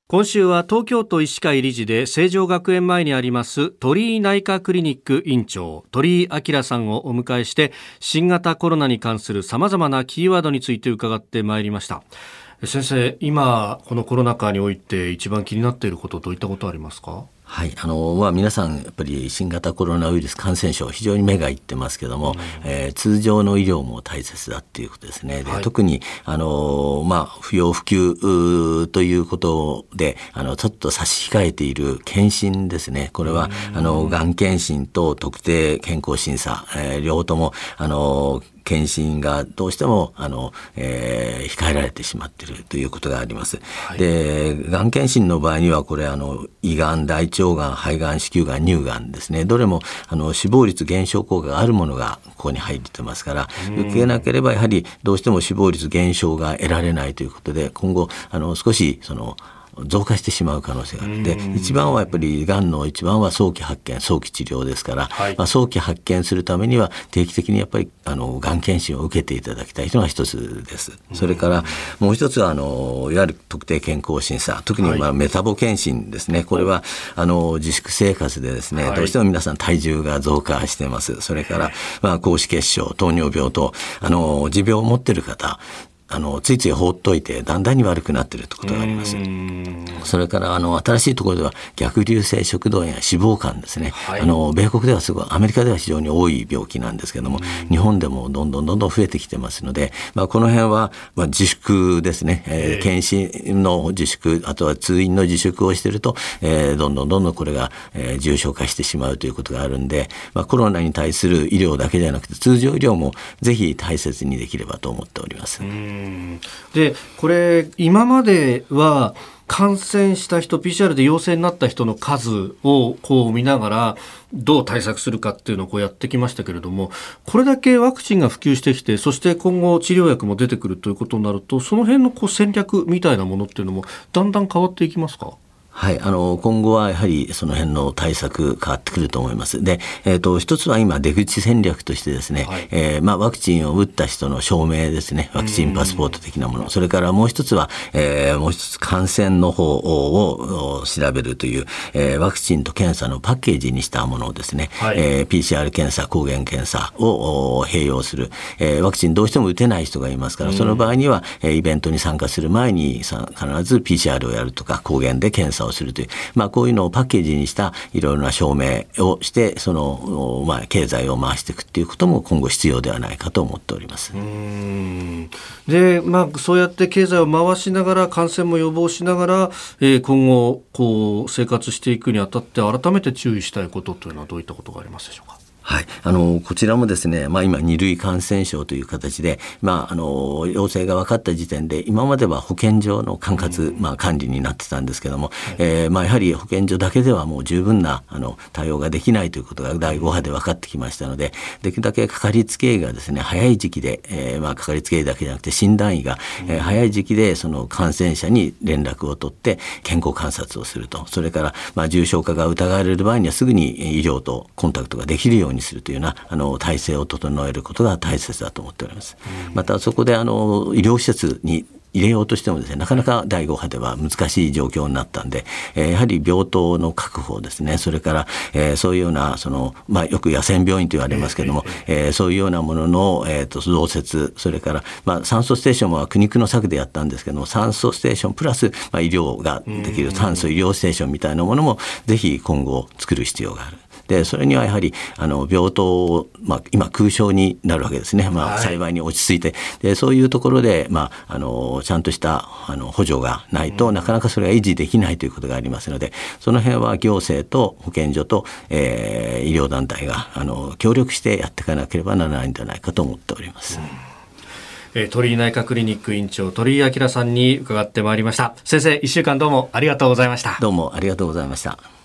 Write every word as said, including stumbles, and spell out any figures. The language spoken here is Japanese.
今週は東京都医師会理事で成城学園前にあります鳥居内科クリニック院長鳥居明さんをお迎えして新型コロナに関する様々なキーワードについて伺ってまいりました。先生、今このコロナ禍において一番気になっていること、どういったことありますか？ はい、あのまあ、皆さんやっぱり新型コロナウイルス感染症非常に目がいってますけども、うんえー、通常の医療も大切だっていうことですね。で、はい、特にあの、まあ、不要不急ということであのちょっと差し控えている検診ですね。これは、うん、あのがん検診と特定健康審査、えー、両方ともあの検診がどうしてもあの、えー、控えられてしまっているということがあります。はい、で、がん検診の場合にはこれあの胃がん、大腸がん、肺がん、子宮がん、乳がんですね。どれもあの死亡率減少効果があるものがここに入ってますから、受けなければやはりどうしても死亡率減少が得られないということで、今後あの少しその増加してしまう可能性がある。で、一番はやっぱりがんの一番は早期発見、早期治療ですから、はいまあ、早期発見するためには定期的にやっぱりあのがん検診を受けていただきたいというのが一つです。それからもう一つはあのいわゆる特定健康審査、特にまあメタボ検診ですね。これはあの自粛生活でですね、はい、どうしても皆さん体重が増加しています。それからまあ高脂血症、糖尿病とあの持病を持っている方、あのついつい放っといてだんだんに悪くなっているということがあります。それからあの新しいところでは逆流性食道炎や脂肪肝ですね、はい、あの米国ではすごい、アメリカでは非常に多い病気なんですけども、日本でもどんどんどんどん増えてきてますので、まあ、この辺はまあ自粛ですね、えー、検診の自粛、あとは通院の自粛をしていると、えー、どんどんどんどんこれが、えー、重症化してしまうということがあるんで、まあ、コロナに対する医療だけじゃなくて通常医療もぜひ大切にできればと思っております。 で、これ今までは感染した人、 ピーシーアール で陽性になった人の数をこう見ながらどう対策するかっていうのをこうやってきましたけれども、これだけワクチンが普及してきて、そして今後治療薬も出てくるということになると、その辺のこう戦略みたいなものっていうのもだんだん変わっていきますか？ はい、あの今後はやはりその辺の対策変わってくると思います。で、えー、と一つは今出口戦略としてですね、はいえーまあ、ワクチンを打った人の証明ですね、ワクチンパスポート的なもの、それからもう一つは、えー、もう一つ感染の方を調べるという、えー、ワクチンと検査のパッケージにしたものをですね、はいえー、ピーシーアール 検査、抗原検査を併用する、えー、ワクチンどうしても打てない人がいますから、その場合には、えー、イベントに参加する前にさ必ず ピーシーアール をやるとか抗原で検査をするという、まあ、こういうのをパッケージにしたいろいろな証明をしてその、まあ、経済を回していくということも今後必要ではないかと思っております。 うーんで、まあ、そうやって経済を回しながら感染も予防しながら、えー、今後こう生活していくにあたって改めて注意したいことというのはどういったことがありますでしょうか？ はい、あのこちらもですね、まあ、今に類感染症という形で、まあ、あの陽性が分かった時点で今までは保健所の管轄、まあ、管理になってたんですけども、はいえーまあ、やはり保健所だけではもう十分なあの対応ができないということがだいご波で分かってきましたので、できるだけかかりつけ医がですね早い時期で、えーまあ、かかりつけ医だけじゃなくて診断医が、えー、早い時期でその感染者に連絡を取って健康観察をすると、それから、まあ、重症化が疑われる場合にはすぐに医療とコンタクトができるようにするというようなあの体制を整えることが大切だと思っております。またそこであの医療施設に入れようとしてもですね、なかなかだいご波では難しい状況になったんで、えー、やはり病棟の確保ですね、それから、えー、そういうようなその、まあ、よく野戦病院と言われますけれども、えー、そういうようなものの、えー、と増設、それから、まあ、酸素ステーションは苦肉の策でやったんですけども、酸素ステーションプラス、まあ、医療ができる酸素医療ステーションみたいなものもぜひ今後作る必要がある。でそれにはやはりあの病棟を、まあ、今空床になるわけですね、まあ、幸いに落ち着いて、でそういうところで、まあ、あのちゃんとしたあの補助がないと、うん、なかなかそれが維持できないということがありますので、その辺は行政と保健所と、えー、医療団体があの協力してやっていかなければならないんじゃないかと思っております。うんえー、鳥居内科クリニック院長鳥居明さんに伺ってまいりました。先生、いっしゅうかんどうもありがとうございました。 どうもありがとうございました。